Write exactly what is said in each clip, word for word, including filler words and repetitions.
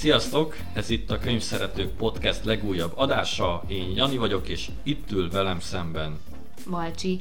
Sziasztok! Ez itt a Könyvszeretők Podcast legújabb adása. Én Jani vagyok, és itt ül velem szemben Valcsi.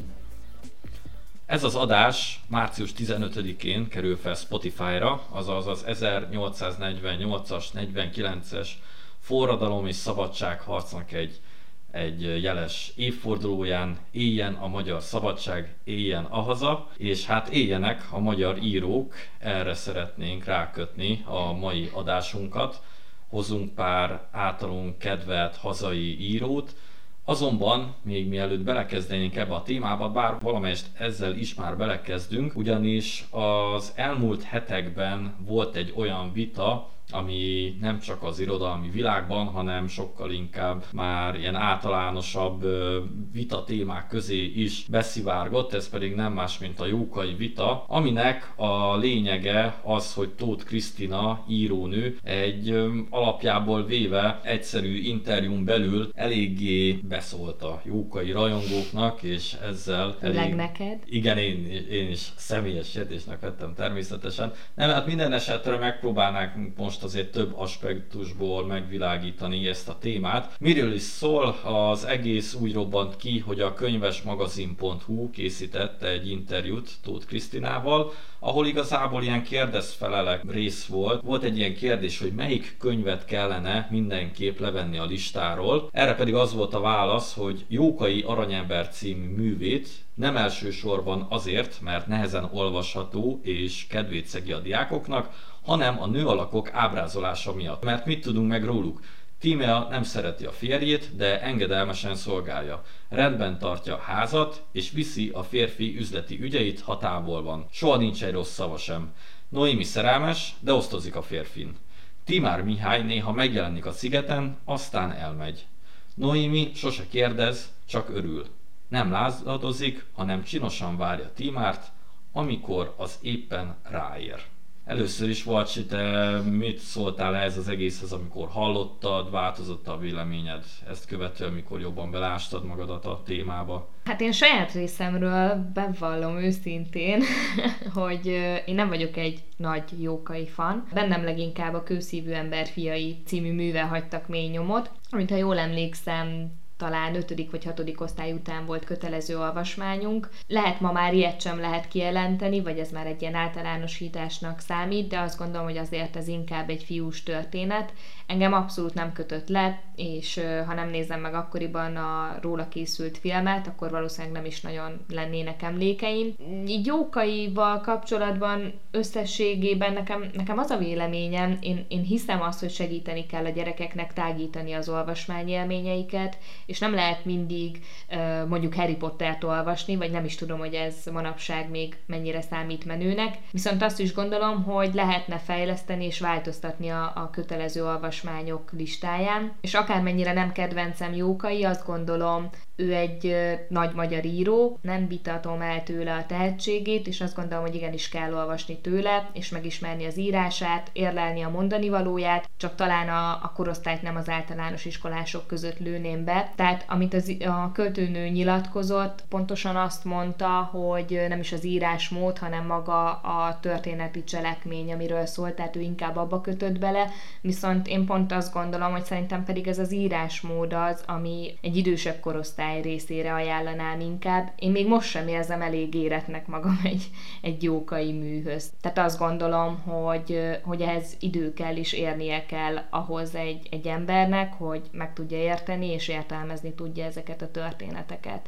Ez az adás március tizenötödikén kerül fel Spotify-ra, azaz az ezernyolcszáznegyvennyolcas negyvenkilences forradalom és szabadságharcnak egy, egy jeles évfordulóján éljen a magyar szabadság, éljen a haza, és hát éljenek a magyar írók. Erre szeretnénk rákötni a mai adásunkat. Hozunk pár általunk kedvelt hazai írót, azonban még mielőtt belekezdenénk ebbe a témába, bár valamelyest ezzel is már belekezdünk, ugyanis az elmúlt hetekben volt egy olyan vita, ami nem csak az irodalmi világban, hanem sokkal inkább már ilyen általánosabb vita témák közé is beszivárgott, ez pedig nem más, mint a Jókai vita, aminek a lényege az, hogy Tóth Krisztina írónő egy alapjából véve egyszerű interjún belül eléggé beszólt a jókai rajongóknak, és ezzel elég... neked? Igen, én, én is személyes sértésnek vettem természetesen. Nem, hát minden esetre megpróbálnánk most azért több aspektusból megvilágítani ezt a témát. Miről is szól? Az egész úgy robbant ki, hogy a könyvesmagazin pont hu készített egy interjút Tóth Krisztinával, ahol igazából ilyen kérdezfelelek rész volt. Volt egy ilyen kérdés, hogy melyik könyvet kellene mindenképp levenni a listáról. Erre pedig az volt a válasz, hogy Jókai Aranyember című művét, nem elsősorban azért, mert nehezen olvasható és kedvét szegi a diákoknak, hanem a nőalakok ábrázolása miatt. Mert mit tudunk meg róluk? Tímea nem szereti a férjét, de engedelmesen szolgálja. Rendben tartja a házat, és viszi a férfi üzleti ügyeit, ha távol van. Soha nincs egy rossz szava sem. Noémi szerelmes, de osztozik a férfin. Tímár Mihály néha megjelenik a szigeten, aztán elmegy. Noémi sose kérdez, csak örül. Nem lázadozik, hanem csinosan várja Tímárt, amikor az éppen ráér. Először is, Valcsi, te mit szóltál ez az egészhez, amikor hallottad, változott a véleményed ezt követően, mikor jobban belástad magadat a témába? Hát én saját részemről bevallom őszintén, hogy én nem vagyok egy nagy Jókai fan. Bennem leginkább a Kőszívű ember fiai című művel hagytak mély nyomot, amit ha jól emlékszem, talán ötödik vagy hatodik osztály után volt kötelező olvasmányunk. Lehet ma már ilyet sem lehet kijelenteni, vagy ez már egy ilyen általánosításnak számít, de azt gondolom, hogy azért ez inkább egy fiús történet. Engem abszolút nem kötött le, és ha nem nézem meg akkoriban a róla készült filmet, akkor valószínűleg nem is nagyon lennének emlékeim. Így Jókaival kapcsolatban összességében nekem, nekem az a véleményem, én, én hiszem azt, hogy segíteni kell a gyerekeknek tágítani az olvasmányélményeiket, és nem lehet mindig mondjuk Harry Pottert olvasni, vagy nem is tudom, hogy ez manapság még mennyire számít menőnek. Viszont azt is gondolom, hogy lehetne fejleszteni és változtatni a, a kötelező olvasmányok listáján. És akármennyire nem kedvencem Jókai, azt gondolom, ő egy nagy magyar író, nem vitatom el tőle a tehetségét, és azt gondolom, hogy igenis kell olvasni tőle, és megismerni az írását, érlelni a mondani valóját, csak talán a, a korosztályt nem az általános iskolások között lőném be. Tehát amit az, a költőnő nyilatkozott, pontosan azt mondta, hogy nem is az írásmód, hanem maga a történeti cselekmény, amiről szólt, tehát ő inkább abba kötött bele, viszont én pont azt gondolom, hogy szerintem pedig ez az írásmód az, ami egy idősebb korosztály részére ajánlanám inkább. Én még most sem érzem elég éretnek magam egy, egy Jókai műhöz. Tehát azt gondolom, hogy, hogy ehhez idő kell és érnie kell ahhoz egy, egy embernek, hogy meg tudja érteni és értelmezni tudja ezeket a történeteket.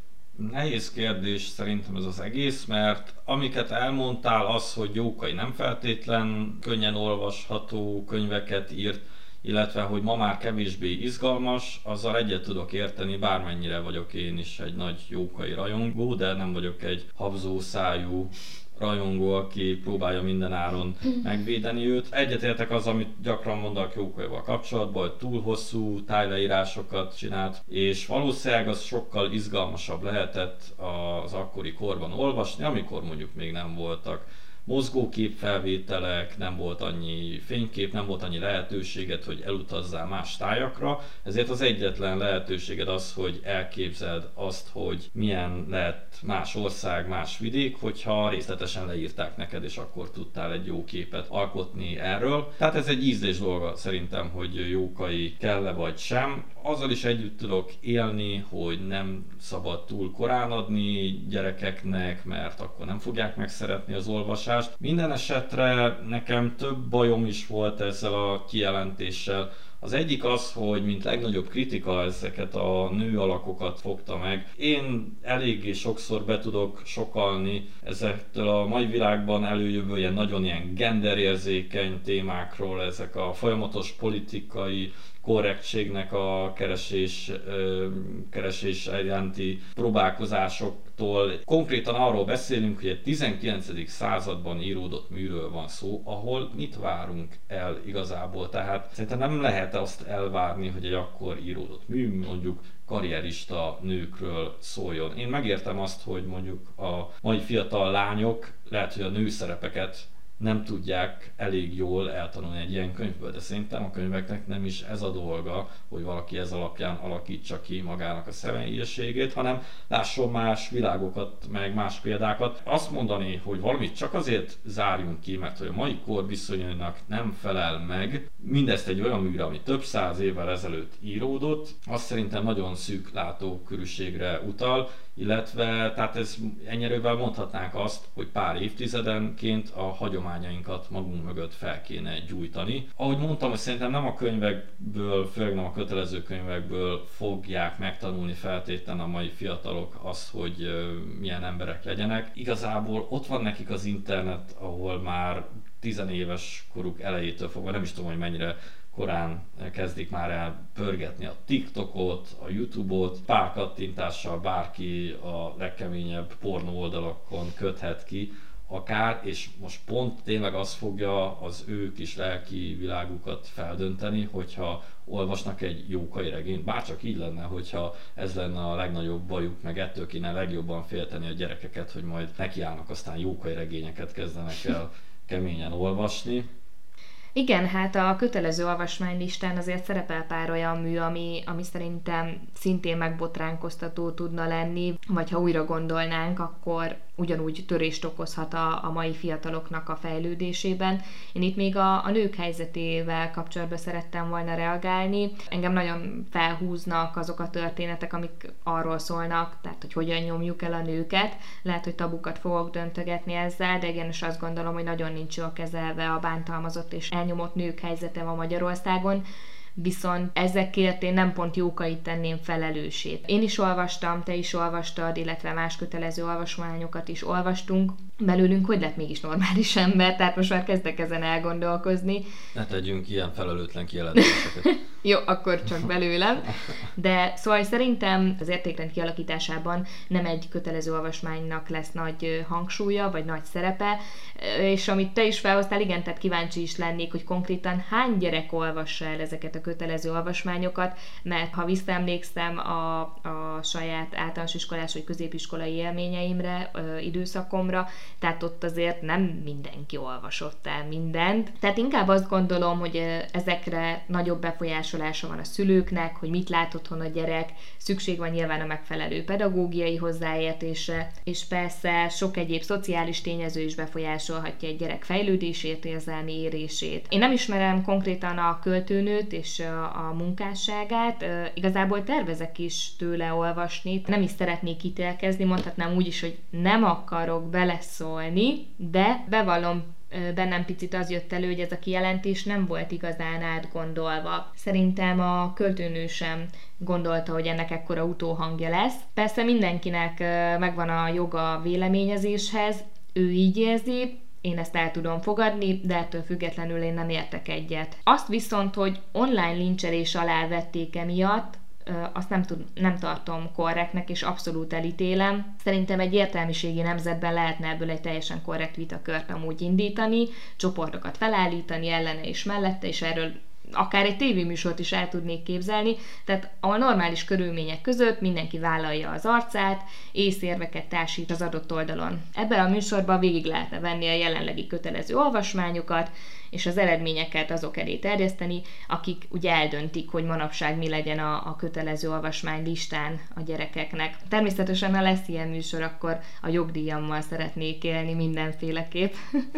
Nehéz kérdés szerintem ez az egész, mert amiket elmondtál, az, hogy Jókai nem feltétlen könnyen olvasható könyveket írt, illetve hogy ma már kevésbé izgalmas, azzal egyet tudok érteni, bármennyire vagyok én is egy nagy Jókai rajongó, de nem vagyok egy habzó szájú rajongó, aki próbálja minden áron megvédeni őt. Egyetértek az, amit gyakran mondanak Jókaival kapcsolatban, hogy túl hosszú tájleírásokat csinált, és valószínűleg az sokkal izgalmasabb lehetett az akkori korban olvasni, amikor mondjuk még nem voltak mozgóképfelvételek, nem volt annyi fénykép, nem volt annyi lehetőséged, hogy elutazzál más tájakra, ezért az egyetlen lehetőséged az, hogy elképzeld azt, hogy milyen lehet más ország, más vidék, hogyha részletesen leírták neked, és akkor tudtál egy jó képet alkotni erről. Tehát ez egy ízlés dolga szerintem, hogy Jókai kell-e vagy sem. Azzal is együtt tudok élni, hogy nem szabad túl korán adni gyerekeknek, mert akkor nem fogják megszeretni az olvasást. Minden esetre nekem több bajom is volt ezzel a kijelentéssel. Az egyik az, hogy mint legnagyobb kritika ezeket a nő alakokat fogta meg. Én eléggé sokszor be tudok sokalni ezektől a mai világban előjövő ilyen nagyon ilyen genderérzékeny témákról, ezek a folyamatos politikai korrektségnek a keresés, keresés iránti próbálkozásoktól. Konkrétan arról beszélünk, hogy egy tizenkilencedik században íródott műről van szó, ahol mit várunk el igazából. Tehát szerintem nem lehet azt elvárni, hogy egy akkor íródott mű mondjuk karrierista nőkről szóljon. Én megértem azt, hogy mondjuk a mai fiatal lányok lehet, hogy a nőszerepeket nem tudják elég jól eltanulni egy ilyen könyvből, de szerintem a könyveknek nem is ez a dolga, hogy valaki ez alapján alakítsa ki magának a személyiségét, hanem lásson más világokat, meg más példákat. Azt mondani, hogy valamit csak azért zárjunk ki, mert hogy a mai kor viszonyainak nem felel meg, mindezt egy olyan műre, ami több száz évvel ezelőtt íródott, azt szerintem nagyon szűk látókörűségre utal, illetve tehát ez ennyire mondhatnánk azt, hogy pár évtizedenként a hagyományainkat magunk mögött fel kéne gyújtani. Ahogy mondtam, hogy szerintem nem a könyvekből, főleg nem a kötelező könyvekből fogják megtanulni feltétlenül a mai fiatalok azt, hogy milyen emberek legyenek. Igazából ott van nekik az internet, ahol már tizenéves koruk elejétől fogva, nem is tudom, hogy mennyire korán kezdik már el pörgetni a TikTokot, a YouTube-ot, pár kattintással bárki a legkeményebb pornó oldalakon köthet ki akár, és most pont tényleg az fogja az ő kis lelki világukat feldönteni, hogyha olvasnak egy Jókai regényt, bárcsak így lenne, hogyha ez lenne a legnagyobb bajuk, meg ettől kéne legjobban félteni a gyerekeket, hogy majd nekiállnak aztán Jókai regényeket kezdenek el keményen olvasni. Igen, hát a kötelező olvasmánylistán azért szerepel pár olyan mű, ami, ami szerintem szintén megbotránkoztató tudna lenni, vagy ha újra gondolnánk, akkor ugyanúgy törést okozhat a, a mai fiataloknak a fejlődésében. Én itt még a, a nők helyzetével kapcsolatban szerettem volna reagálni. Engem nagyon felhúznak azok a történetek, amik arról szólnak, tehát hogy hogyan nyomjuk el a nőket. Lehet, hogy tabukat fogok döntögetni ezzel, de igen, és azt gondolom, hogy nagyon nincs jól kezelve a bántalmazott és elnyomott nők helyzete ma Magyarországon. Viszont ezekért én nem pont Jókait tenném felelősét. Én is olvastam, te is olvastad, illetve más kötelező olvasmányokat is olvastunk. Belőlünk hogy lett mégis normális ember? Tehát most már kezdek ezen elgondolkozni. Ne tegyünk ilyen felelőtlen kijelentéseket. Jó, akkor csak belőlem. De szóval szerintem az értékrend kialakításában nem egy kötelező olvasmánynak lesz nagy hangsúlya, vagy nagy szerepe, és amit te is felhoztál, igen, tehát kíváncsi is lennék, hogy konkrétan hány gyerek olvassa el ezeket a kötelező olvasmányokat, mert ha visszaemlékszem a, a saját általános iskolás vagy középiskolai élményeimre, ö, időszakomra, tehát ott azért nem mindenki olvasott el mindent. Tehát inkább azt gondolom, hogy ezekre nagyobb befolyásolása van a szülőknek, hogy mit lát otthon a gyerek, szükség van nyilván a megfelelő pedagógiai hozzáértésre, és persze sok egyéb szociális tényező is befolyásolhatja egy gyerek fejlődését, érzelmi érését. Én nem ismerem konkrétan a költőnőt és a, a munkásságát, igazából tervezek is tőle olvasni, nem is szeretnék ítélkezni, mondhatnám úgy is, hogy nem akarok beleszólni, de bevallom, bennem picit az jött elő, hogy ez a kijelentés nem volt igazán átgondolva. Szerintem a költőnő sem gondolta, hogy ennek ekkora utóhangja lesz. Persze mindenkinek megvan a joga véleményezéshez, ő így érzi, én ezt el tudom fogadni, de ettől függetlenül én nem értek egyet. Azt viszont, hogy online lincselés alá vették emiatt, azt nem, tud, nem tartom korrektnek, és abszolút elítélem. Szerintem egy értelmiségi nemzetben lehetne ebből egy teljesen korrekt vitakört amúgy indítani, csoportokat felállítani ellene és mellette, és erről akár egy tévéműsort is el tudnék képzelni, tehát a normális körülmények között mindenki vállalja az arcát, észérveket társít az adott oldalon. Ebben a műsorban végig lehetne venni a jelenlegi kötelező olvasmányokat, és az eredményeket azok elé terjeszteni, akik ugye eldöntik, hogy manapság mi legyen a, a kötelező olvasmány listán a gyerekeknek. Természetesen, ha lesz ilyen műsor, akkor a jogdíjammal szeretnék élni mindenféleképp.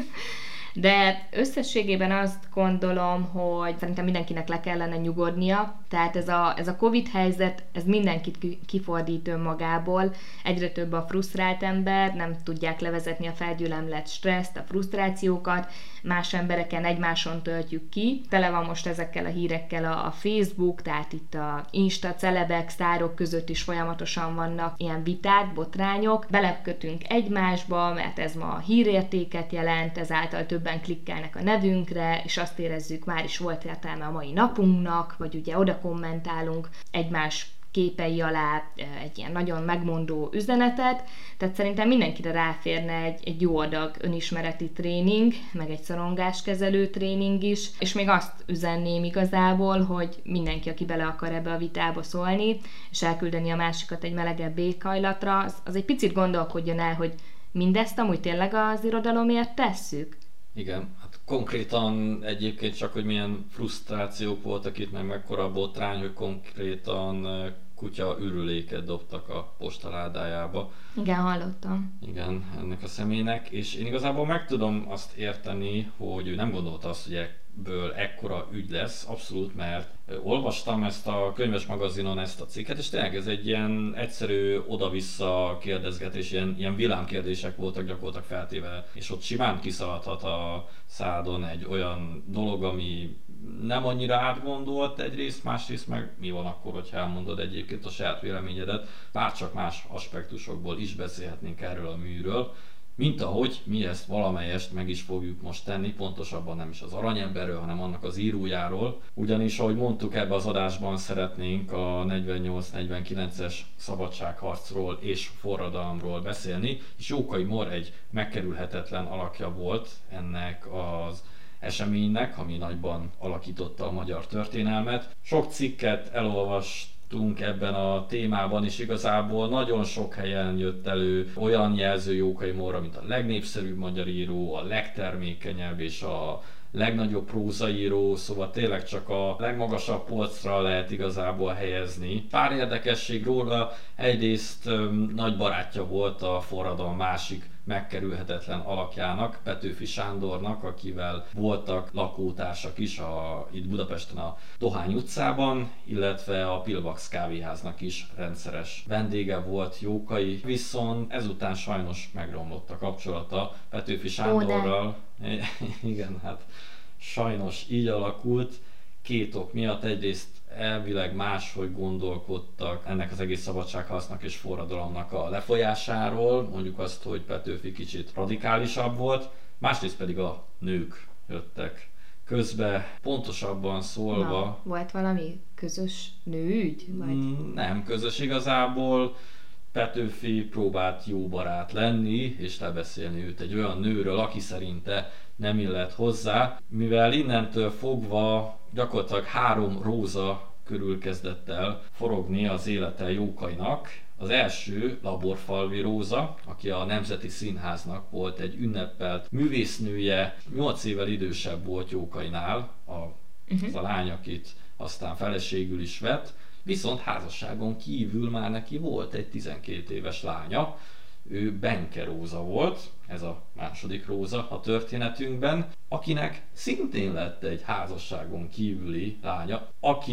De összességében azt gondolom, hogy szerintem mindenkinek le kellene nyugodnia, tehát ez a, ez a Covid helyzet, ez mindenkit kifordít önmagából, egyre több a frusztrált ember, nem tudják levezetni a felgyülemlett stresszt, a frusztrációkat, más embereken egymáson töltjük ki. Tele van most ezekkel a hírekkel a, a Facebook, tehát itt a Insta, celebek, sztárok között is folyamatosan vannak ilyen viták, botrányok. Belekötünk egymásba, mert ez ma hírértéket jelent, ezáltal többen klikkelnek a nevünkre, és azt érezzük, már is volt értelme a mai napunknak, vagy ugye oda kommentálunk egymás képei alá egy ilyen nagyon megmondó üzenetet, tehát szerintem mindenkire ráférne egy, egy jó adag önismereti tréning, meg egy szorongáskezelő tréning is, és még azt üzenném igazából, hogy mindenki, aki bele akar ebbe a vitába szólni, és elküldeni a másikat egy melegebb éghajlatra, az, az egy picit gondolkodjon el, hogy mindezt amúgy tényleg az irodalomért tesszük. Igen, hát konkrétan egyébként csak, hogy milyen frusztrációk voltak itt, meg mekkora botrány, hogy konkrétan kutya ürüléket dobtak a postaládájába. Igen, hallottam. Igen, ennek a személynek, és én igazából meg tudom azt érteni, hogy ő nem gondolta azt, hogy ebből ekkora ügy lesz, abszolút, mert olvastam ezt a könyves magazinon ezt a cikket, és tényleg ez egy ilyen egyszerű oda-vissza kérdezgetés, ilyen, ilyen villámkérdések voltak gyakorlatilag feltéve, és ott simán kiszaladhat a szádon egy olyan dolog, ami nem annyira átgondolt egyrészt, másrészt meg mi van akkor, hogyha elmondod egyébként a saját véleményedet, bárcsak más aspektusokból is beszélhetnénk erről a műről, mint ahogy mi ezt valamelyest meg is fogjuk most tenni, pontosabban nem is az aranyemberről, hanem annak az írójáról. Ugyanis, ahogy mondtuk, ebbe az adásban szeretnénk a negyvennyolc negyvenkilences szabadságharcról és forradalomról beszélni, és Jókai Mór egy megkerülhetetlen alakja volt ennek az eseménynek, ami nagyban alakította a magyar történelmet. Sok cikket elolvastunk ebben a témában, és igazából nagyon sok helyen jött elő olyan jelző Jókai Móra, mint a legnépszerűbb magyar író, a legtermékenyebb és a legnagyobb prózaíró, szóval tényleg csak a legmagasabb polcra lehet igazából helyezni. Pár érdekesség róla, egyrészt öm, nagy barátja volt a forradalom másik megkerülhetetlen alakjának, Petőfi Sándornak, akivel voltak lakótársak is a, itt Budapesten a Dohány utcában, illetve a Pilbax kávéháznak is rendszeres vendége volt Jókai, viszont ezután sajnos megromlott a kapcsolata Petőfi Sándorral. Igen, hát sajnos így alakult, két ok miatt. Egyrészt elvileg máshogy gondolkodtak ennek az egész szabadságharcnak és forradalomnak a lefolyásáról, mondjuk azt, hogy Petőfi kicsit radikálisabb volt, másrészt pedig a nők jöttek közbe, pontosabban szólva... Na, volt valami közös nőügy? Vagy? Nem közös igazából. Petőfi próbált jó barát lenni, és lebeszélni őt egy olyan nőről, aki szerinte nem illet hozzá, mivel innentől fogva gyakorlatilag három róza körül kezdett el forogni az élete Jókainak. Az első Laborfalvi Róza, aki a Nemzeti Színháznak volt egy ünnepelt művésznője, nyolc évvel idősebb volt Jókainál, a, uh-huh. az a lány, akit aztán feleségül is vett, viszont házasságon kívül már neki volt egy tizenkét éves lánya, ő Benke Róza volt, ez a második Róza a történetünkben, akinek szintén lett egy házasságon kívüli lánya,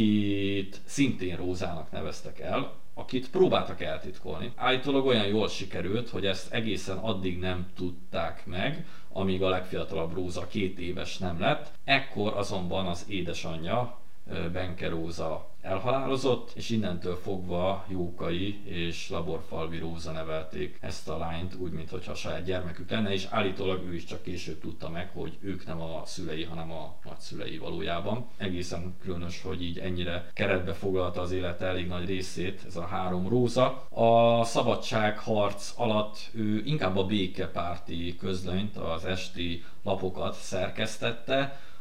akit szintén Rózának neveztek el, akit próbáltak eltitkolni. Állítólag olyan jól sikerült, hogy ezt egészen addig nem tudták meg, amíg a legfiatalabb Róza két éves nem lett. Ekkor azonban az édesanyja, Benke Róza elhalálozott, és innentől fogva Jókai és Laborfalvi Róza nevelték ezt a lányt úgy, mintha a saját gyermekük lenne, és állítólag ő is csak később tudta meg, hogy ők nem a szülei, hanem a nagyszülei valójában. Egészen különös, hogy így ennyire keretbe foglalta az élete elég nagy részét ez a három Róza. A szabadságharc alatt ő inkább a békepárti közlönyt, az esti lapokat szerkesztette,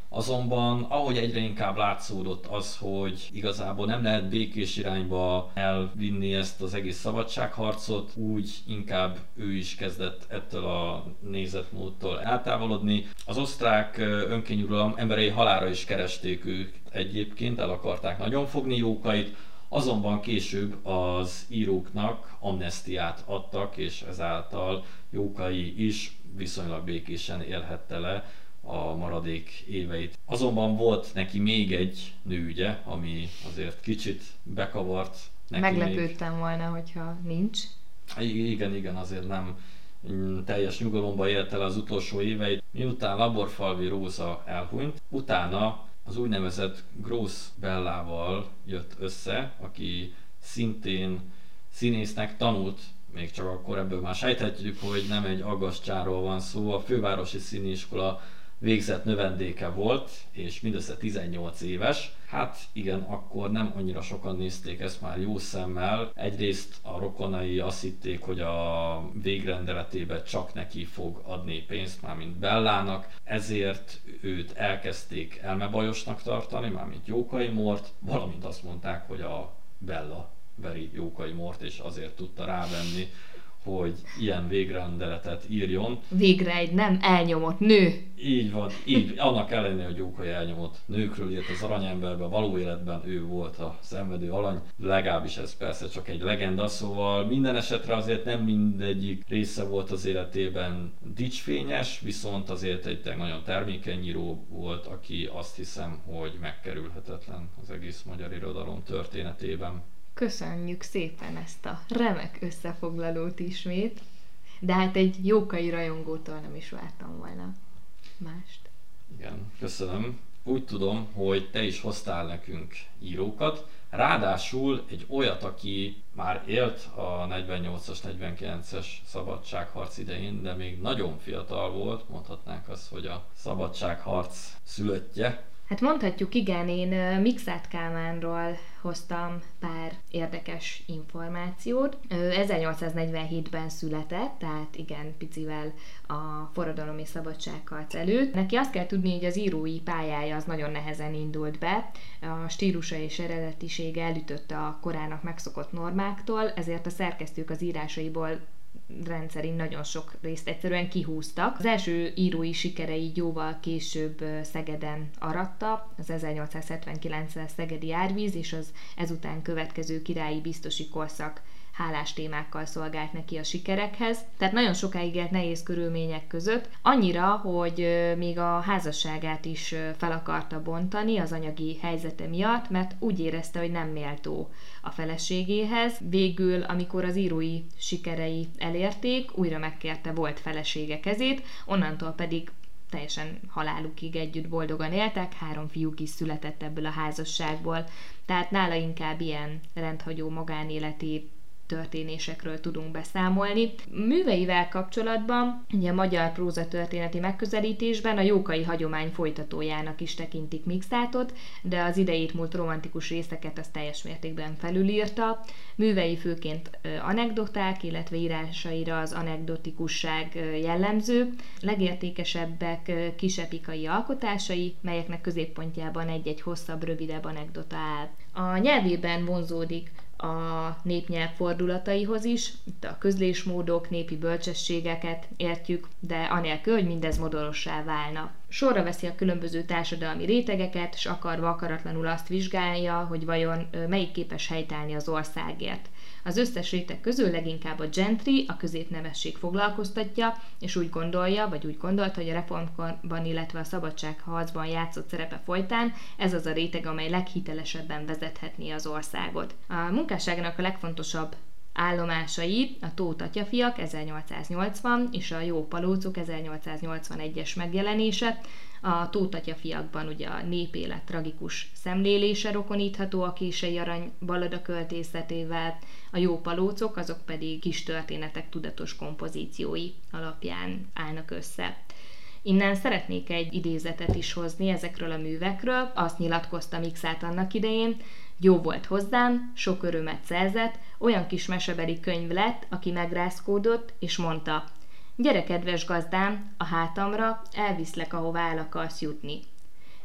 Azonban ahogy egyre inkább látszódott az, hogy igazából nem lehet békés irányba elvinni ezt az egész szabadságharcot, úgy inkább ő is kezdett ettől a nézetmódtól eltávolodni. Az osztrák önkényuralom emberei halálra is keresték őt egyébként, el akarták nagyon fogni Jókait, azonban később az íróknak amnesztiát adtak, és ezáltal Jókai is viszonylag békésen élhette le a maradék éveit. Azonban volt neki még egy nőügye, ami azért kicsit bekavart neki. Meglepődtem még. volna, hogyha nincs. Igen, igen, azért nem teljes nyugalomba élte el az utolsó éveit. Miután Laborfalvi Róza elhunyt, utána az úgynevezett Grosz Bellával jött össze, aki szintén színésznek tanult, még csak akkor ebből már sejthetjük, hogy nem egy aggascsáról van szó, a fővárosi színiiskola végzett növendéke volt, és mindössze tizennyolc éves. Hát igen, akkor nem annyira sokan nézték ezt már jó szemmel. Egyrészt a rokonai azt hitték, hogy a végrendeletében csak neki fog adni pénzt, mármint Bellának, ezért őt elkezdték elmebajosnak tartani, mármint Jókai Mórt, valamint azt mondták, hogy a Bella veri Jókai Mórt, és azért tudta rávenni, hogy ilyen végrendeletet írjon. Végre egy nem elnyomott nő. Így van, így, annak ellenére, hogy Jókai elnyomott nőkről írt az Aranyemberben, való életben ő volt a szenvedő alany, legalábbis ez persze csak egy legenda, szóval minden esetre azért nem mindegyik része volt az életében dicsfényes, viszont azért egy nagyon termékeny író volt, aki azt hiszem, hogy megkerülhetetlen az egész magyar irodalom történetében. Köszönjük szépen ezt a remek összefoglalót ismét, de hát egy Jókai rajongótól nem is vártam volna mást. Igen, köszönöm. Úgy tudom, hogy te is hoztál nekünk írókat, ráadásul egy olyat, aki már élt a negyvennyolcas negyvenkilences szabadságharc idején, de még nagyon fiatal volt, mondhatnánk azt, hogy a szabadságharc szülöttje. Hát mondhatjuk, igen, én Mikszáth Kálmánról hoztam pár érdekes információt. ezernyolcszáznegyvenhétben született, tehát igen, picivel a forradalom és szabadságharc előtt. Neki azt kell tudni, hogy az írói pályája az nagyon nehezen indult be, a stílusa és eredetisége elütötte a korának megszokott normáktól, ezért a szerkesztők az írásaiból rendszerint nagyon sok részt egyszerűen kihúztak. Az első írói sikerei jóval később Szegeden aratta, az ezernyolcszázhetvenkilences Szegedi Árvíz és az ezután következő királyi biztosi korszak hálás témákkal szolgált neki a sikerekhez. Tehát nagyon sokáig élt nehéz körülmények között, annyira, hogy még a házasságát is fel akarta bontani az anyagi helyzete miatt, mert úgy érezte, hogy nem méltó a feleségéhez. Végül, amikor az írói sikerei elérték, újra megkérte volt felesége kezét, onnantól pedig teljesen halálukig együtt boldogan éltek, három fiúk is született ebből a házasságból. Tehát nála inkább ilyen rendhagyó magánéleti történésekről tudunk beszámolni. Műveivel kapcsolatban, ugye a magyar prózatörténeti megközelítésben a jókai hagyomány folytatójának is tekintik Mikszáthot, de az idejét múlt romantikus részeket az teljes mértékben felülírta. Művei főként anekdoták, illetve írásaira az anekdotikusság jellemző. Legértékesebbek kisepikai alkotásai, melyeknek középpontjában egy-egy hosszabb, rövidebb anekdota áll. A nyelvében vonzódik a népnyelv fordulataihoz is, itt a közlésmódok, népi bölcsességeket értjük, de anélkül, hogy mindez modorossá válna. Sorra veszi a különböző társadalmi rétegeket, s akarva akaratlanul azt vizsgálja, hogy vajon melyik képes helytállni az országért. Az összes réteg közül leginkább a gentry, a középnemesség foglalkoztatja, és úgy gondolja, vagy úgy gondolta, hogy a reformkorban, illetve a szabadságharcban játszott szerepe folytán ez az a réteg, amely leghitelesebben vezethetné az országot. A munkásságnak a legfontosabb állomásai a Tóth Atyafiak ezernyolcszáznyolcvan és a Jó Palócok ezernyolcszáznyolcvanegyes megjelenése. A Tóth Atyafiakban ugye a népélet tragikus szemlélése rokonítható a Kései Arany ballada költészetével, a Jó Palócok azok pedig kis történetek tudatos kompozíciói alapján állnak össze. Innen szeretnék egy idézetet is hozni ezekről a művekről. Azt nyilatkozta Mikszáth annak idején: jó volt hozzám, sok örömet szerzett, olyan kis mesebeli könyv lett, aki megrázkódott, és mondta: gyere, kedves gazdám, a hátamra, elviszlek, ahová el akarsz jutni.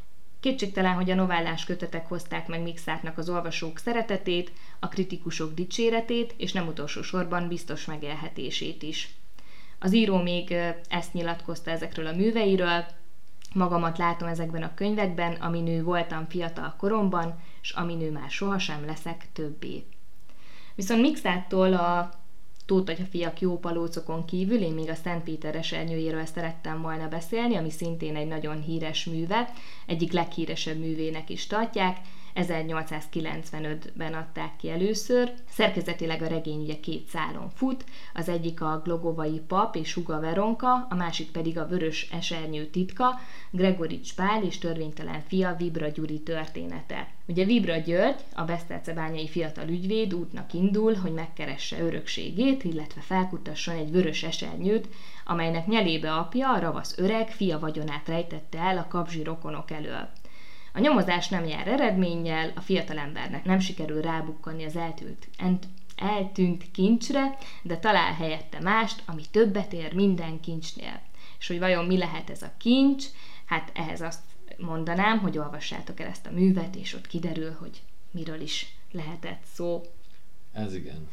Kétségtelen, hogy a novellás kötetek hozták meg Mixátnak az olvasók szeretetét, a kritikusok dicséretét, és nem utolsó sorban biztos megélhetését is. Az író még ezt nyilatkozta ezekről a műveiről: magamat látom ezekben a könyvekben, aminő voltam fiatal koromban, s aminő már sohasem leszek többé. Viszont Mixáttól a Tóth-atyafiak jó palócokon kívül én még a Szent Péter esernyőjéről szerettem volna beszélni, ami szintén egy nagyon híres műve, egyik leghíresebb művének is tartják. ezernyolcszázkilencvenötben adták ki először. Szerkezetileg a regény ugye két szálon fut, az egyik a Glogovai pap és húga Veronka, a másik pedig a Vörös esernyő titka, Gregorics Pál és törvénytelen fia Vibra Gyuri története. Ugye Vibra György, a besztercebányai fiatal ügyvéd útnak indul, hogy megkeresse örökségét, illetve felkutasson egy vörös esernyőt, amelynek nyelébe apja, a ravasz öreg, fia vagyonát rejtette el a kapzsi rokonok elől. A nyomozás nem jár eredménnyel, a fiatalembernek nem sikerül rábukkanni az eltűnt, ent, eltűnt kincsre, de talál helyette mást, ami többet ér minden kincsnél. És hogy vajon mi lehet ez a kincs? Hát ehhez azt mondanám, hogy olvassátok el ezt a művet, és ott kiderül, hogy miről is lehetett szó. Ez igen.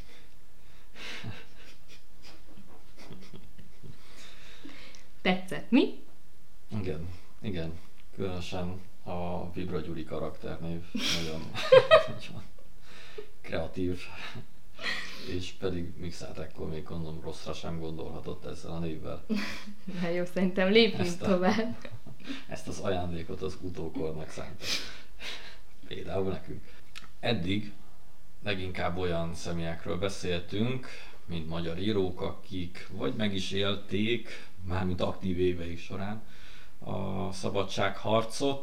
Tetszett, mi? Igen, igen. Különösen a Vibra Gyuri karakternév nagyon, nagyon kreatív, és pedig Mixát ekkor még gondolom rosszra sem gondolhatott ezzel a névvel. Na jó, szerintem lépjünk ezt a, tovább. Ezt az ajándékot az utókornak szánta. Például nekünk. Eddig leginkább olyan személyekről beszéltünk, mint magyar írók, akik vagy meg is élték, mármint aktív éveik során a szabadságharcot,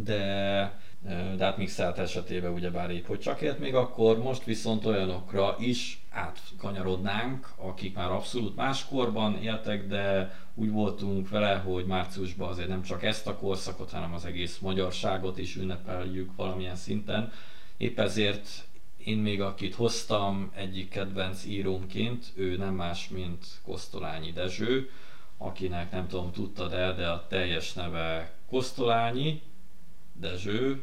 de, de hát Mixát esetében ugyebár épp hogy csak élt még akkor, most viszont olyanokra is átkanyarodnánk, akik már abszolút más korban éltek, de úgy voltunk vele, hogy márciusban azért nem csak ezt a korszakot, hanem az egész magyarságot is ünnepeljük valamilyen szinten. Épp ezért én még akit hoztam egyik kedvenc írómként, ő nem más, mint Kosztolányi Dezső, akinek nem tudom, tudtad-e, de a teljes neve Kosztolányi Dezső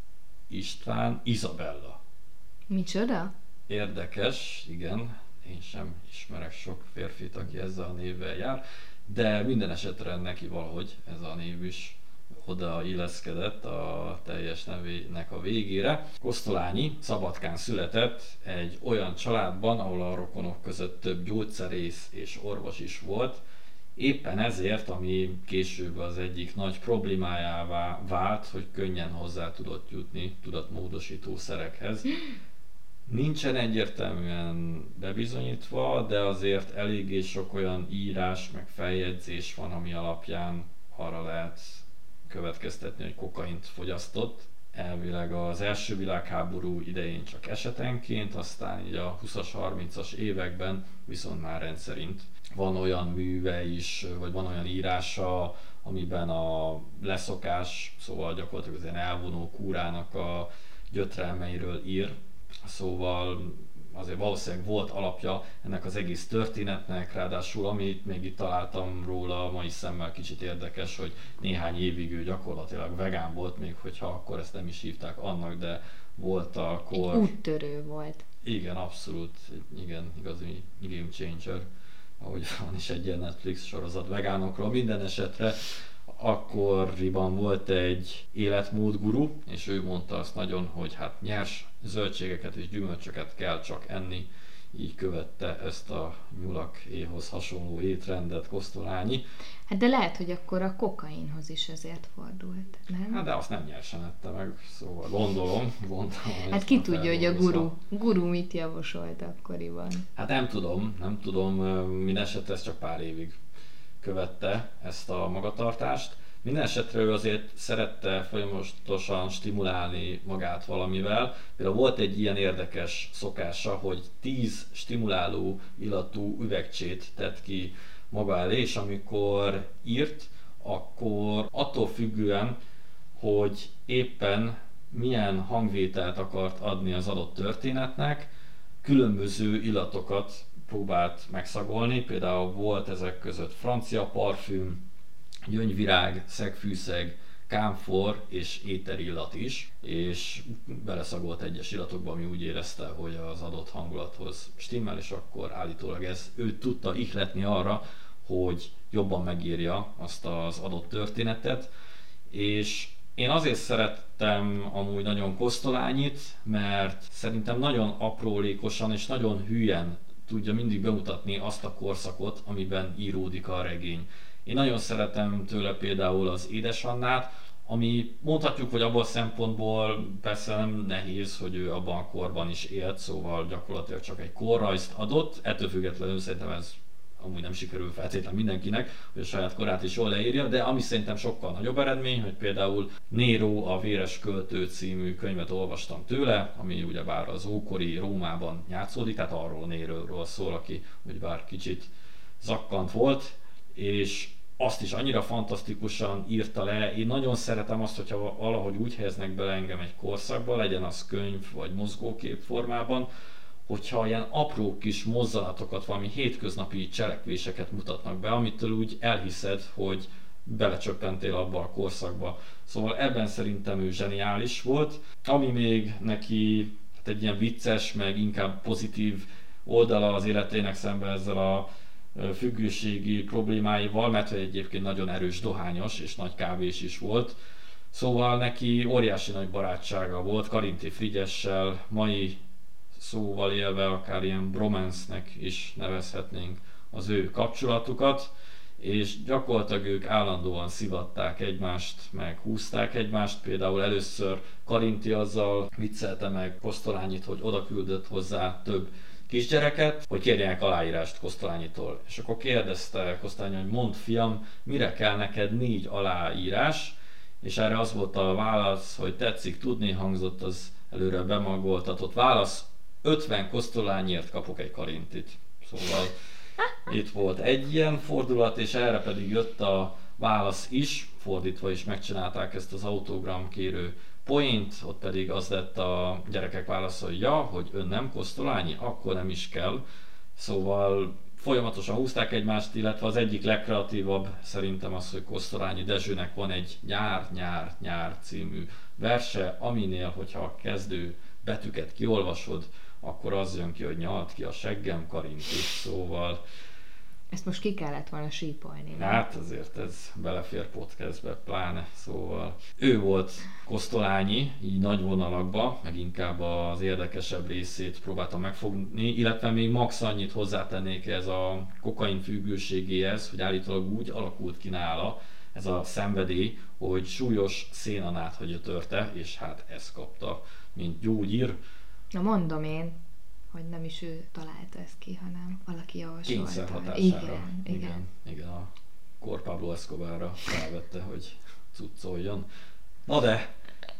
István Izabella. Micsoda? Érdekes, igen, én sem ismerek sok férfit, aki ezzel a névvel jár, de minden esetre neki valahogy ez a név is oda illeszkedett a teljes nevének a végére. Kosztolányi Szabadkán született egy olyan családban, ahol a rokonok között több gyógyszerész és orvos is volt. Éppen ezért, ami később az egyik nagy problémájává vált, hogy könnyen hozzá tudott jutni tudatmódosító szerekhez. Nincsen egyértelműen bebizonyítva, de azért eléggé sok olyan írás, meg feljegyzés van, ami alapján arra lehet következtetni, hogy kokaint fogyasztott. Elvileg az első világháború idején csak esetenként, aztán így a huszas, harmincas években viszont már rendszerint. Van olyan műve is, vagy van olyan írása, amiben a leszokás, szóval gyakorlatilag az ilyen elvonó kúrának a gyötrelmeiről ír. Szóval azért valószínűleg volt alapja ennek az egész történetnek, ráadásul amit még itt találtam róla mai szemmel kicsit érdekes, hogy néhány évig ő gyakorlatilag vegán volt, még hogyha akkor ezt nem is hívták annak, de volt akkor... Egy úttörő volt. Igen, abszolút, igen, igazi game changer, ahogy van is egy ilyen Netflix sorozat vegánokról. Minden esetre akkoriban volt egy életmódguru, és ő mondta azt nagyon, hogy hát nyers zöldségeket és gyümölcsöket kell csak enni, így követte ezt a nyulakéhoz hasonló étrendet Kosztolányi. Hát de lehet, hogy akkor a kokainhoz is ezért fordult, nem? Hát de azt nem nyersen ette meg, szóval gondolom. gondolom hát ki tudja, hogy a guru, guru mit javasolt akkoriban. Hát nem tudom, nem tudom, minden esetre ez csak pár évig követte ezt a magatartást. Minden esetre ő azért szerette folyamatosan stimulálni magát valamivel. Például volt egy ilyen érdekes szokása, hogy tíz stimuláló illatú üvegcsét tett ki maga elé, és amikor írt, akkor attól függően, hogy éppen milyen hangvételt akart adni az adott történetnek, különböző illatokat próbált megszagolni. Például volt ezek között francia parfüm, gyöngyvirág, szegfűszeg, kámfor és éterillat is, és beleszagolt egyes illatokba, ami úgy érezte, hogy az adott hangulathoz stimmel, és akkor állítólag ez ő tudta ihletni arra, hogy jobban megírja azt az adott történetet, és én azért szerettem amúgy nagyon Kosztolányit, mert szerintem nagyon aprólékosan és nagyon hülyen tudja mindig bemutatni azt a korszakot, amiben íródik a regény. Én nagyon szeretem tőle például az Édes Annát, ami mondhatjuk, hogy abból a szempontból persze nem nehéz, hogy ő abban a korban is élt, szóval gyakorlatilag csak egy korrajzt adott, ettől függetlenül szerintem ez amúgy nem sikerül feltétlenül mindenkinek, hogy a saját korát is jól leírja, de ami szerintem sokkal nagyobb eredmény, hogy például Nero a Véres Költő című könyvet olvastam tőle, ami ugyebár az ókori Rómában játszódik, tehát arról Néróról szól, aki ugyebár kicsit zakkant volt, és azt is annyira fantasztikusan írta le. Én nagyon szeretem azt, hogyha valahogy úgy helyeznek bele engem egy korszakba, legyen az könyv vagy mozgókép formában, hogyha ilyen apró kis mozzanatokat, valami hétköznapi cselekvéseket mutatnak be, amitől úgy elhiszed, hogy belecsöppentél abba a korszakba. Szóval ebben szerintem ő zseniális volt. Ami még neki hát egy ilyen vicces, meg inkább pozitív oldala az életének szemben ezzel a függőségi problémáival, mert egyébként nagyon erős dohányos és nagy kávés is volt. Szóval neki óriási nagy barátsága volt Karinthy Frigyessel, mai szóval élve akár ilyen bromance-nek is nevezhetnénk az ő kapcsolatukat, és gyakorlatilag ők állandóan szivatták egymást, meg húzták egymást. Például először Karinthy azzal viccelte meg Kosztolányit, hogy oda küldött hozzá több kisgyereket, hogy kérjenek aláírást Kosztolányitól. És akkor kérdezte Kosztolányi, hogy mondd fiam, mire kell neked négy aláírás, és erre az volt a válasz, hogy tetszik tudni, hangzott az előre bemagoltatott válasz, ötven Kosztolányért kapok egy Karinthyt. Szóval itt volt egy ilyen fordulat, és erre pedig jött a válasz is, fordítva is megcsinálták ezt az autogram kérő point, ott pedig az lett a gyerekek válasza, hogy ja, hogy ön nem Kosztolányi, akkor nem is kell. Szóval folyamatosan húzták egymást, illetve az egyik legkreatívabb szerintem az, hogy Kosztolányi Dezsőnek van egy Nyár, nyár, nyár című verse, aminél, hogyha a kezdő betűket kiolvasod, akkor az jön ki, hogy nyalt ki a seggem Karinthy, szóval... Ezt most ki kellett volna sípolni. Hát azért ez belefér podcastbe, pláne, szóval... Ő volt Kosztolányi, így nagy vonalakba, meg inkább az érdekesebb részét próbáltam megfogni, illetve még max annyit hozzátennék ez a kokain függőségéhez, hogy állítólag úgy alakult ki nála ez a szenvedély, hogy súlyos szénanátha gyötörte, és hát ezt kapta, mint gyógyír. Na mondom én, hogy nem is ő találta ezt ki, hanem valaki javasolta. Kényszer hatására. Igen, igen. igen, igen, a kor Pablo Escobarra felvette, hogy cuccoljon. Na de,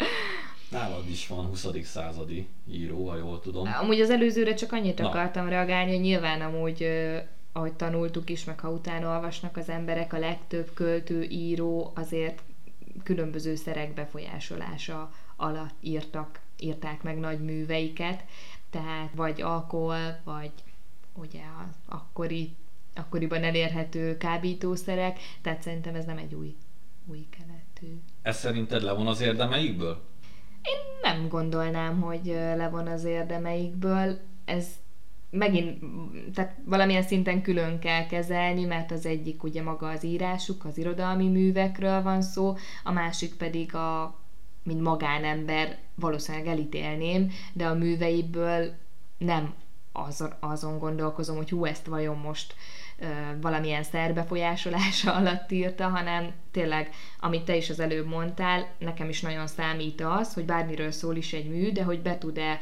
nálad is van huszadik századi író, ha jól tudom. Amúgy az előzőre csak annyit Na. akartam reagálni, hogy nyilván amúgy, ahogy tanultuk is, meg ha utána olvasnak az emberek, a legtöbb költő, író azért különböző szerek befolyásolása alatt írtak, írták meg nagy műveiket, tehát vagy alkohol, vagy ugye az akkori, akkoriban elérhető kábítószerek, tehát szerintem ez nem egy új, új keletű. Ez szerinted levon az érdemeikből? Én nem gondolnám, hogy levon az érdemeikből, ez megint, tehát valamilyen szinten külön kell kezelni, mert az egyik ugye maga az írásuk, az irodalmi művekről van szó, a másik pedig a mint magánember valószínűleg elítélném, de a műveiből nem azon, azon gondolkozom, hogy hú, ezt vajon most ö, valamilyen szerbefolyásolása alatt írta, hanem tényleg, amit te is az előbb mondtál, nekem is nagyon számít az, hogy bármiről szól is egy mű, de hogy be tud-e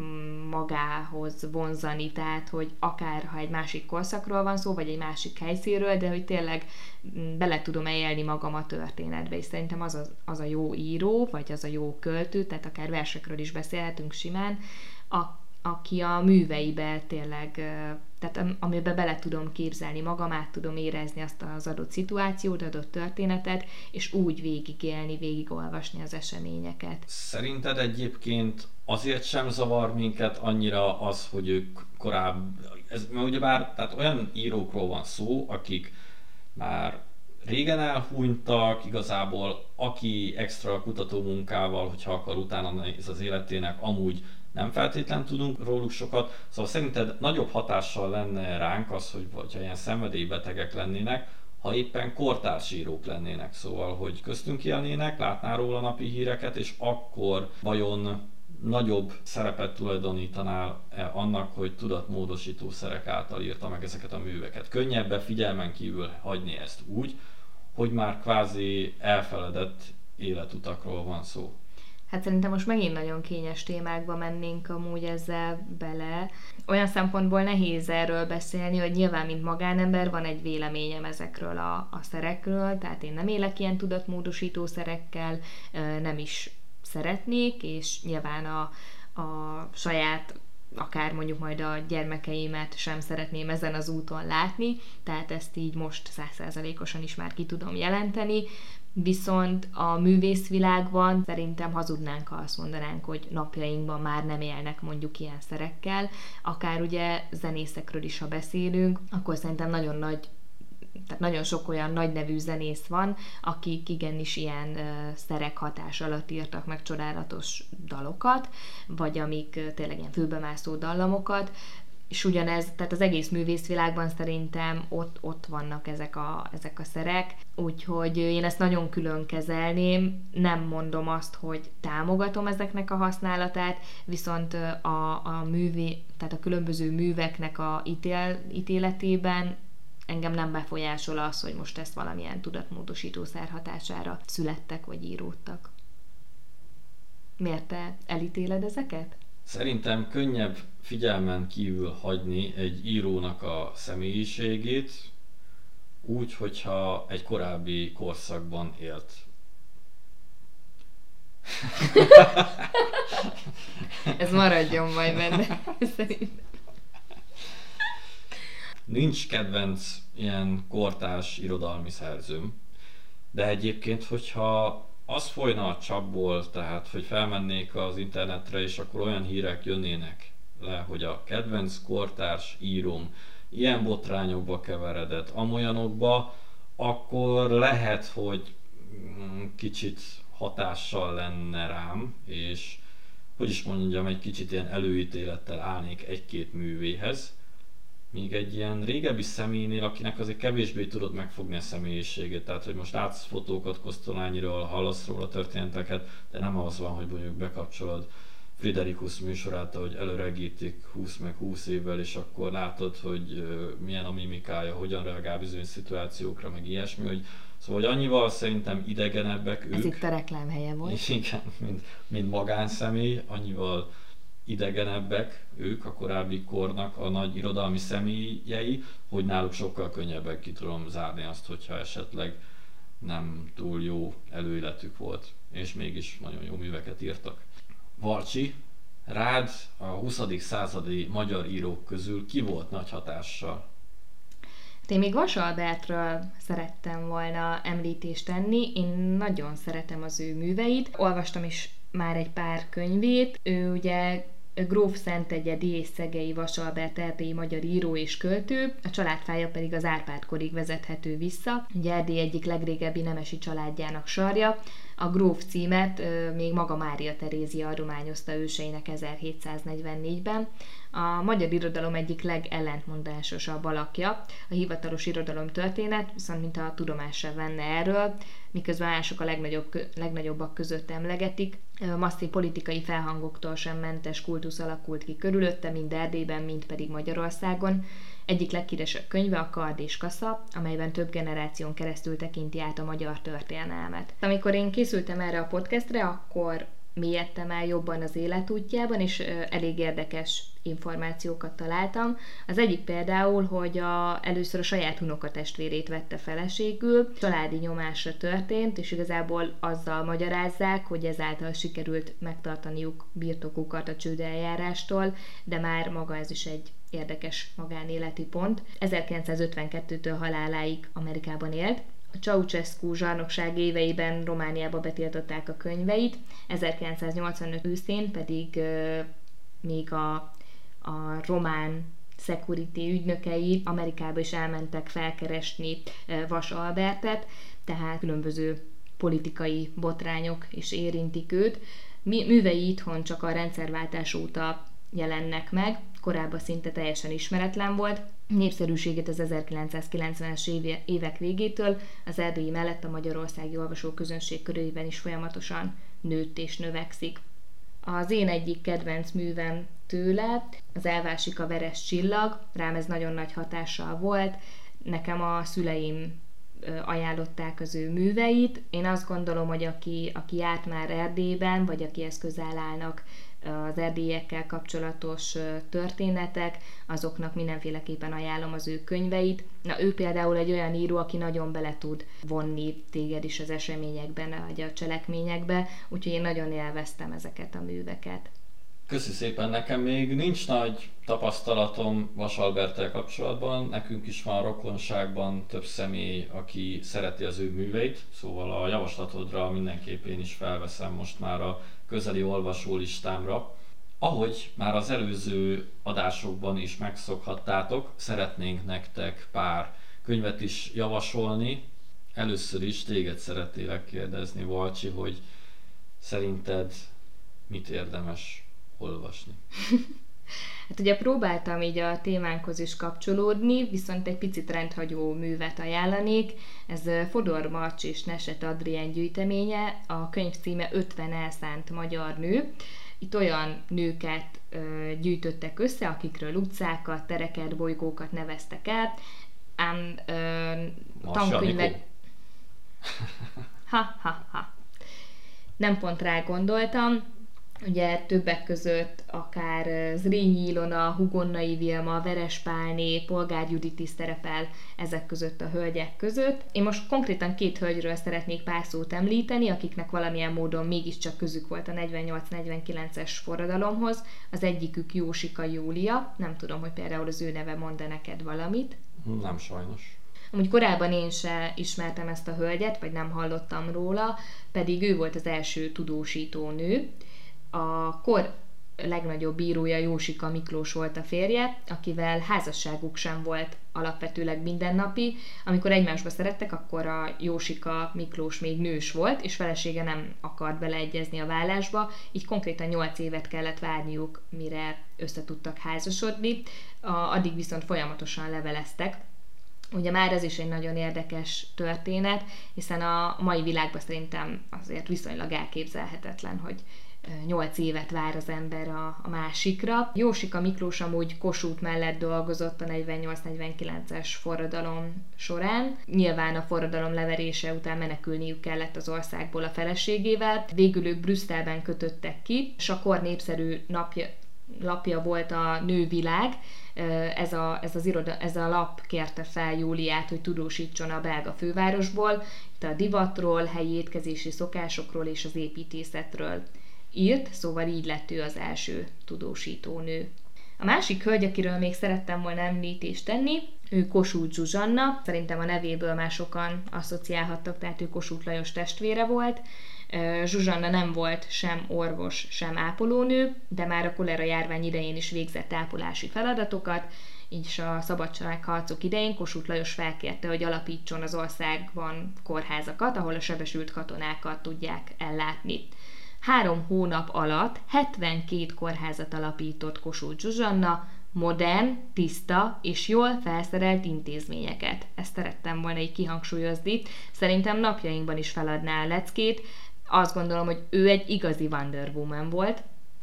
magához vonzani, tehát, hogy akár ha egy másik korszakról van szó, vagy egy másik helyszínről, de hogy tényleg bele tudom élni magam a történetbe, és szerintem az a, az a jó író, vagy az a jó költő, tehát akár versekről is beszélhetünk simán, a, aki a műveibe tényleg, tehát amiben bele tudom képzelni magam, át tudom érezni azt az adott szituációt, adott történetet, és úgy végigélni, végigolvasni az eseményeket. Szerinted egyébként azért sem zavar minket annyira az, hogy ők korábban, ez ugyebár, tehát olyan írókról van szó, akik már régen elhunytak, igazából aki extra kutatómunkával, hogyha akar utána néz az életének, amúgy nem feltétlen tudunk róluk sokat. Szóval szerinted nagyobb hatással lenne ránk az, hogy vagy ilyen szenvedélybetegek lennének, ha éppen kortárs írók lennének, szóval, hogy köztünk élnének, látná róla napi híreket, és akkor vajon nagyobb szerepet tulajdonítanál annak, hogy tudatmódosító szerek által írta meg ezeket a műveket. Könnyebb figyelmen kívül hagyni ezt úgy, hogy már kvázi elfeledett életutakról van szó. Hát szerintem most megint nagyon kényes témákba mennénk amúgy ezzel bele. Olyan szempontból nehéz erről beszélni, hogy nyilván, mint magánember van egy véleményem ezekről a, a szerekről, tehát én nem élek ilyen tudatmódosító szerekkel, nem is szeretnék, és nyilván a, a saját, akár mondjuk majd a gyermekeimet sem szeretném ezen az úton látni, tehát ezt így most száz százalékosan is már ki tudom jelenteni. Viszont a művészvilágban szerintem hazudnánk, ha azt mondanánk, hogy napjainkban már nem élnek mondjuk ilyen szerekkel. Akár ugye zenészekről is, ha beszélünk, akkor szerintem nagyon nagy, tehát nagyon sok olyan nagy nevű zenész van, akik igenis ilyen uh, szerek hatás alatt írtak meg csodálatos dalokat, vagy amik uh, tényleg ilyen fülbemászó dallamokat, és ugyanez, tehát az egész művészvilágban szerintem ott, ott vannak ezek a, ezek a szerek, úgyhogy én ezt nagyon külön kezelném, nem mondom azt, hogy támogatom ezeknek a használatát, viszont a, a művé, tehát a különböző műveknek a ítél, ítéletében engem nem befolyásol az, hogy most ezt valamilyen tudatmódosítószer hatására születtek vagy íródtak. Miért te elítéled ezeket? Szerintem könnyebb figyelmen kívül hagyni egy írónak a személyiségét, úgy, hogyha egy korábbi korszakban élt. Ez maradjon majd benne, szerintem. Nincs kedvenc ilyen kortárs irodalmi szerzőm, de egyébként, hogyha az folyna a csapból, tehát hogy felmennék az internetre, és akkor olyan hírek jönnének le, hogy a kedvenc kortárs íróm ilyen botrányokba keveredett, amolyanokba, akkor lehet, hogy kicsit hatással lenne rám, és hogy is mondjam, egy kicsit ilyen előítélettel állnék egy-két művéhez. Míg egy ilyen régebbi személynél, akinek azért kevésbé tudod megfogni a személyiségét, tehát hogy most látsz fotókat Kosztolányiról, hallasz róla történeteket, de nem az van, hogy mondjuk bekapcsolod Friderikus műsorát, ahogy előregítik húsz meg húsz évvel, és akkor látod, hogy milyen a mimikája, hogyan reagál bizonyos szituációkra, meg ilyesmi, hogy szóval hogy annyival szerintem idegenebbek ők. Ez itt a reklám helye volt. Igen, mint, mint magánszemély, annyival idegenebbek ők a korábbi kornak a nagy irodalmi személyei, hogy náluk sokkal könnyebben ki tudom zárni azt, hogyha esetleg nem túl jó előéletük volt, és mégis nagyon jó műveket írtak. Valcsi, rád a huszadik századi magyar írók közül ki volt nagy hatással? Én még Vas Albertről szerettem volna említést tenni, én nagyon szeretem az ő műveit, olvastam is már egy pár könyvét, ő ugye gróf Szentegyedi és Szegei Vas Albert erdélyi magyar író és költő, a családfája pedig az Árpád-korig vezethető vissza, ugye Erdély egyik legrégebbi nemesi családjának sarja. A gróf címet euh, még maga Mária Terézia adományozta őseinek ezerhétszáznegyvennégyben. A magyar irodalom egyik legellentmondásosabb alakja, a hivatalos irodalom történet, viszont mintha tudomás sem venne erről, miközben mások a legnagyobb, legnagyobbak között emlegetik. Masszív politikai felhangoktól sem mentes kultusz alakult ki körülötte, mind Erdélyben, mind pedig Magyarországon. Egyik leghíresebb könyve a Kard és Kasza, amelyben több generáción keresztül tekinti át a magyar történelmet. Amikor én készültem erre a podcastre, akkor mélyedtem el jobban az életútjában, és elég érdekes információkat találtam. Az egyik például, hogy a, először a saját unokatestvérét vette feleségül, családi nyomásra történt, és igazából azzal magyarázzák, hogy ezáltal sikerült megtartaniuk birtokukat a csődeljárástól, de már maga ez is egy érdekes magánéleti pont. ezerkilencszázötvenkettőtől haláláig Amerikában élt. A Ceausescu zsarnokság éveiben Romániába betiltották a könyveit, ezerkilencszáznyolcvanöt őszén pedig euh, még a, a román security ügynökei Amerikába is elmentek felkeresni Vas Albertet, tehát különböző politikai botrányok is érintik őt. Művei itthon csak a rendszerváltás óta jelennek meg, korábban szinte teljesen ismeretlen volt. Népszerűségét az ezerkilencszázkilencvenes évek végétől az erdélyi mellett a magyarországi olvasóközönség körében is folyamatosan nőtt és növekszik. Az én egyik kedvenc művem tőle az Elvásik a veres csillag, rám ez nagyon nagy hatással volt. Nekem a szüleim ajánlották az ő műveit. Én azt gondolom, hogy aki, aki járt már Erdélyben, vagy akihez közel állnak az erdélyekkel kapcsolatos történetek, azoknak mindenféleképpen ajánlom az ő könyveit. Na, ő például egy olyan író, aki nagyon bele tud vonni téged is az eseményekben, vagy a cselekményekbe, úgyhogy én nagyon élveztem ezeket a műveket. Köszi szépen, nekem még nincs nagy tapasztalatom Vas Alberttel kapcsolatban, nekünk is van rokonságban több személy, aki szereti az ő műveit, szóval a javaslatodra mindenképp én is felveszem most már a közeli olvasólistámra. Ahogy már az előző adásokban is megszokhattátok, szeretnénk nektek pár könyvet is javasolni. Először is téged szeretnélek kérdezni, Valcsi, hogy szerinted mit érdemes olvasni? Hát ugye próbáltam így a témánkhoz is kapcsolódni, viszont egy picit rendhagyó művet ajánlanék. Ez Fodor Marcs és Neset Adrien gyűjteménye, a könyv címe ötven elszánt magyar nő. Itt olyan nőket ö, gyűjtöttek össze, akikről utcákat, tereket, bolygókat neveztek el, ám ö, tankönyvek... Ha, ha, ha. Nem pont rá gondoltam. Ugye többek között akár Zrínyi Ilona, Hugonnai Vilma, Veres Pálné, Polgár Judit is szerepel ezek között a hölgyek között. Én most konkrétan két hölgyről szeretnék pár szót említeni, akiknek valamilyen módon mégiscsak közük volt a negyvennyolc negyvenkilences forradalomhoz. Az egyikük Jósika Júlia, nem tudom, hogy például az ő neve mond-e neked valamit. Nem sajnos. Amúgy korábban én se ismertem ezt a hölgyet, vagy nem hallottam róla, pedig ő volt az első tudósító nő. A kor legnagyobb bírója Jósika Miklós volt a férje, akivel házasságuk sem volt alapvetőleg mindennapi. Amikor egymásba szerettek, akkor a Jósika Miklós még nős volt, és felesége nem akart beleegyezni a vállásba, így konkrétan nyolc évet kellett várniuk, mire össze tudtak házasodni. Addig viszont folyamatosan leveleztek. Ugye már ez is egy nagyon érdekes történet, hiszen a mai világban szerintem azért viszonylag elképzelhetetlen, hogy nyolc évet vár az ember a, a másikra. Jósika Miklós amúgy Kossuth mellett dolgozott a negyvennyolc negyvenkilences forradalom során. Nyilván a forradalom leverése után menekülniük kellett az országból a feleségével. Végül ők Brüsszelben kötöttek ki, és a kor népszerű napja, lapja volt a Nővilág. Ez a, ez, az iroda, ez a lap kérte fel Júliát, hogy tudósítson a belga fővárosból, itt a divatról, helyi étkezési szokásokról és az építészetről írt, szóval így lett ő az első tudósító nő. A másik hölgy, akiről még szerettem volna említést tenni, ő Kossuth Zsuzsanna, szerintem a nevéből már sokan asszociálhattak, tehát ő Kossuth Lajos testvére volt. Zsuzsanna nem volt sem orvos, sem ápolónő, de már a kolera járvány idején is végzett ápolási feladatokat, így a szabadságharcok idején Kossuth Lajos felkérte, hogy alapítson az országban kórházakat, ahol a sebesült katonákat tudják ellátni. Három hónap alatt hetvenkét kórházat alapított Kossuth Zsuzsanna, modern, tiszta és jól felszerelt intézményeket. Ezt szerettem volna így kihangsúlyozni. Szerintem napjainkban is feladná a leckét. Azt gondolom, hogy ő egy igazi Wonder Woman volt.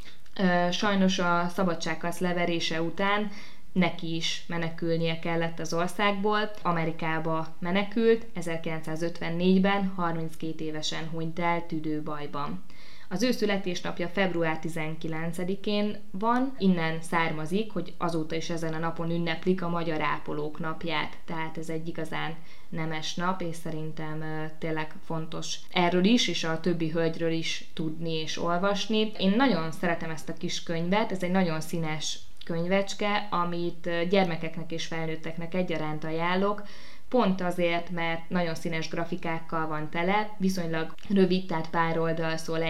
Sajnos a szabadságharc leverése után neki is menekülnie kellett az országból. Amerikába menekült, ezerkilencszázötvennégyben harminckét évesen hunyt el tüdőbajban. Az ő születésnapja február tizenkilencedikén van, innen származik, hogy azóta is ezen a napon ünneplik a Magyar Ápolók napját, tehát ez egy igazán nemes nap, és szerintem tényleg fontos erről is, és a többi hölgyről is tudni és olvasni. Én nagyon szeretem ezt a kis könyvet, ez egy nagyon színes könyvecske, amit gyermekeknek és felnőtteknek egyaránt ajánlok, pont azért, mert nagyon színes grafikákkal van tele, viszonylag rövid, tehát pár oldal szól egy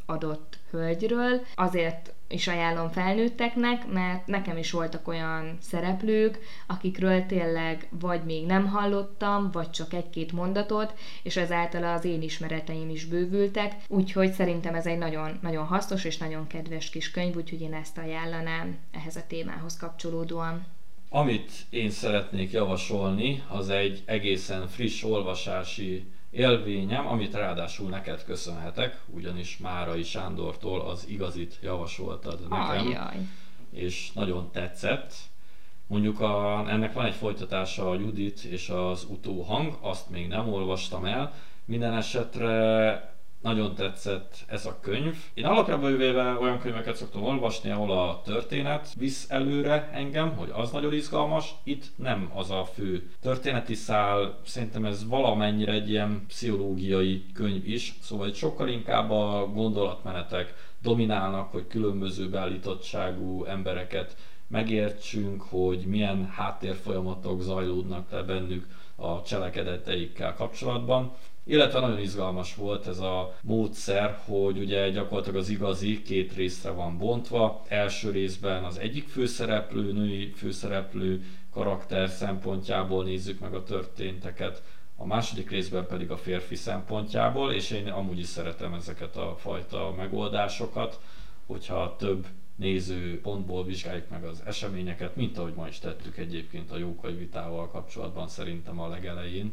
adott hölgyről. Azért is ajánlom felnőtteknek, mert nekem is voltak olyan szereplők, akikről tényleg vagy még nem hallottam, vagy csak egy-két mondatot, és ezáltal az én ismereteim is bővültek, úgyhogy szerintem ez egy nagyon, nagyon hasznos és nagyon kedves kis könyv, úgyhogy én ezt ajánlanám ehhez a témához kapcsolódóan. Amit én szeretnék javasolni, az egy egészen friss olvasási élményem, amit ráadásul neked köszönhetek, ugyanis Márai Sándortól az Igazit javasoltad nekem, Ajjaj. és nagyon tetszett. Mondjuk a, ennek van egy folytatása, a Judit és az utóhang, azt még nem olvastam el, minden esetre nagyon tetszett ez a könyv. Én alapjában véve olyan könyveket szoktam olvasni, ahol a történet visz előre engem, hogy az nagyon izgalmas. Itt nem az a fő történeti szál, szerintem ez valamennyire egy ilyen pszichológiai könyv is, szóval itt sokkal inkább a gondolatmenetek dominálnak, hogy különböző beállítottságú embereket megértsünk, hogy milyen háttérfolyamatok zajlódnak le bennük a cselekedeteikkel kapcsolatban. Illetve nagyon izgalmas volt ez a módszer, hogy ugye gyakorlatilag az igazi két részre van bontva. Első részben az egyik főszereplő, női főszereplő karakter szempontjából nézzük meg a történteket, a második részben pedig a férfi szempontjából, és én amúgy is szeretem ezeket a fajta megoldásokat, hogyha több néző pontból vizsgáljuk meg az eseményeket, mint ahogy ma is tettük egyébként a Jókai vitával kapcsolatban szerintem a legelején.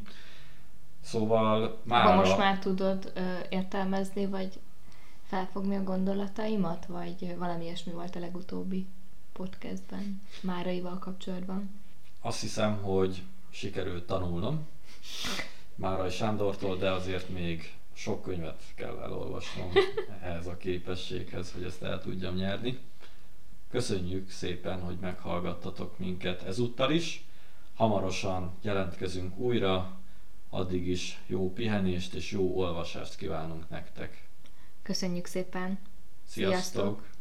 Szóval mára... Most már tudod ö, értelmezni, vagy felfogni a gondolataimat, vagy valami ilyesmi volt a legutóbbi podcastben Máraival kapcsolatban? Azt hiszem, hogy sikerült tanulnom Márai Sándortól, de azért még sok könyvet kell elolvasnom ehhez a képességhez, hogy ezt el tudjam nyerni. Köszönjük szépen, hogy meghallgattatok minket ezúttal is. Hamarosan jelentkezünk újra, addig is jó pihenést és jó olvasást kívánunk nektek. Köszönjük szépen! Sziasztok! Sziasztok.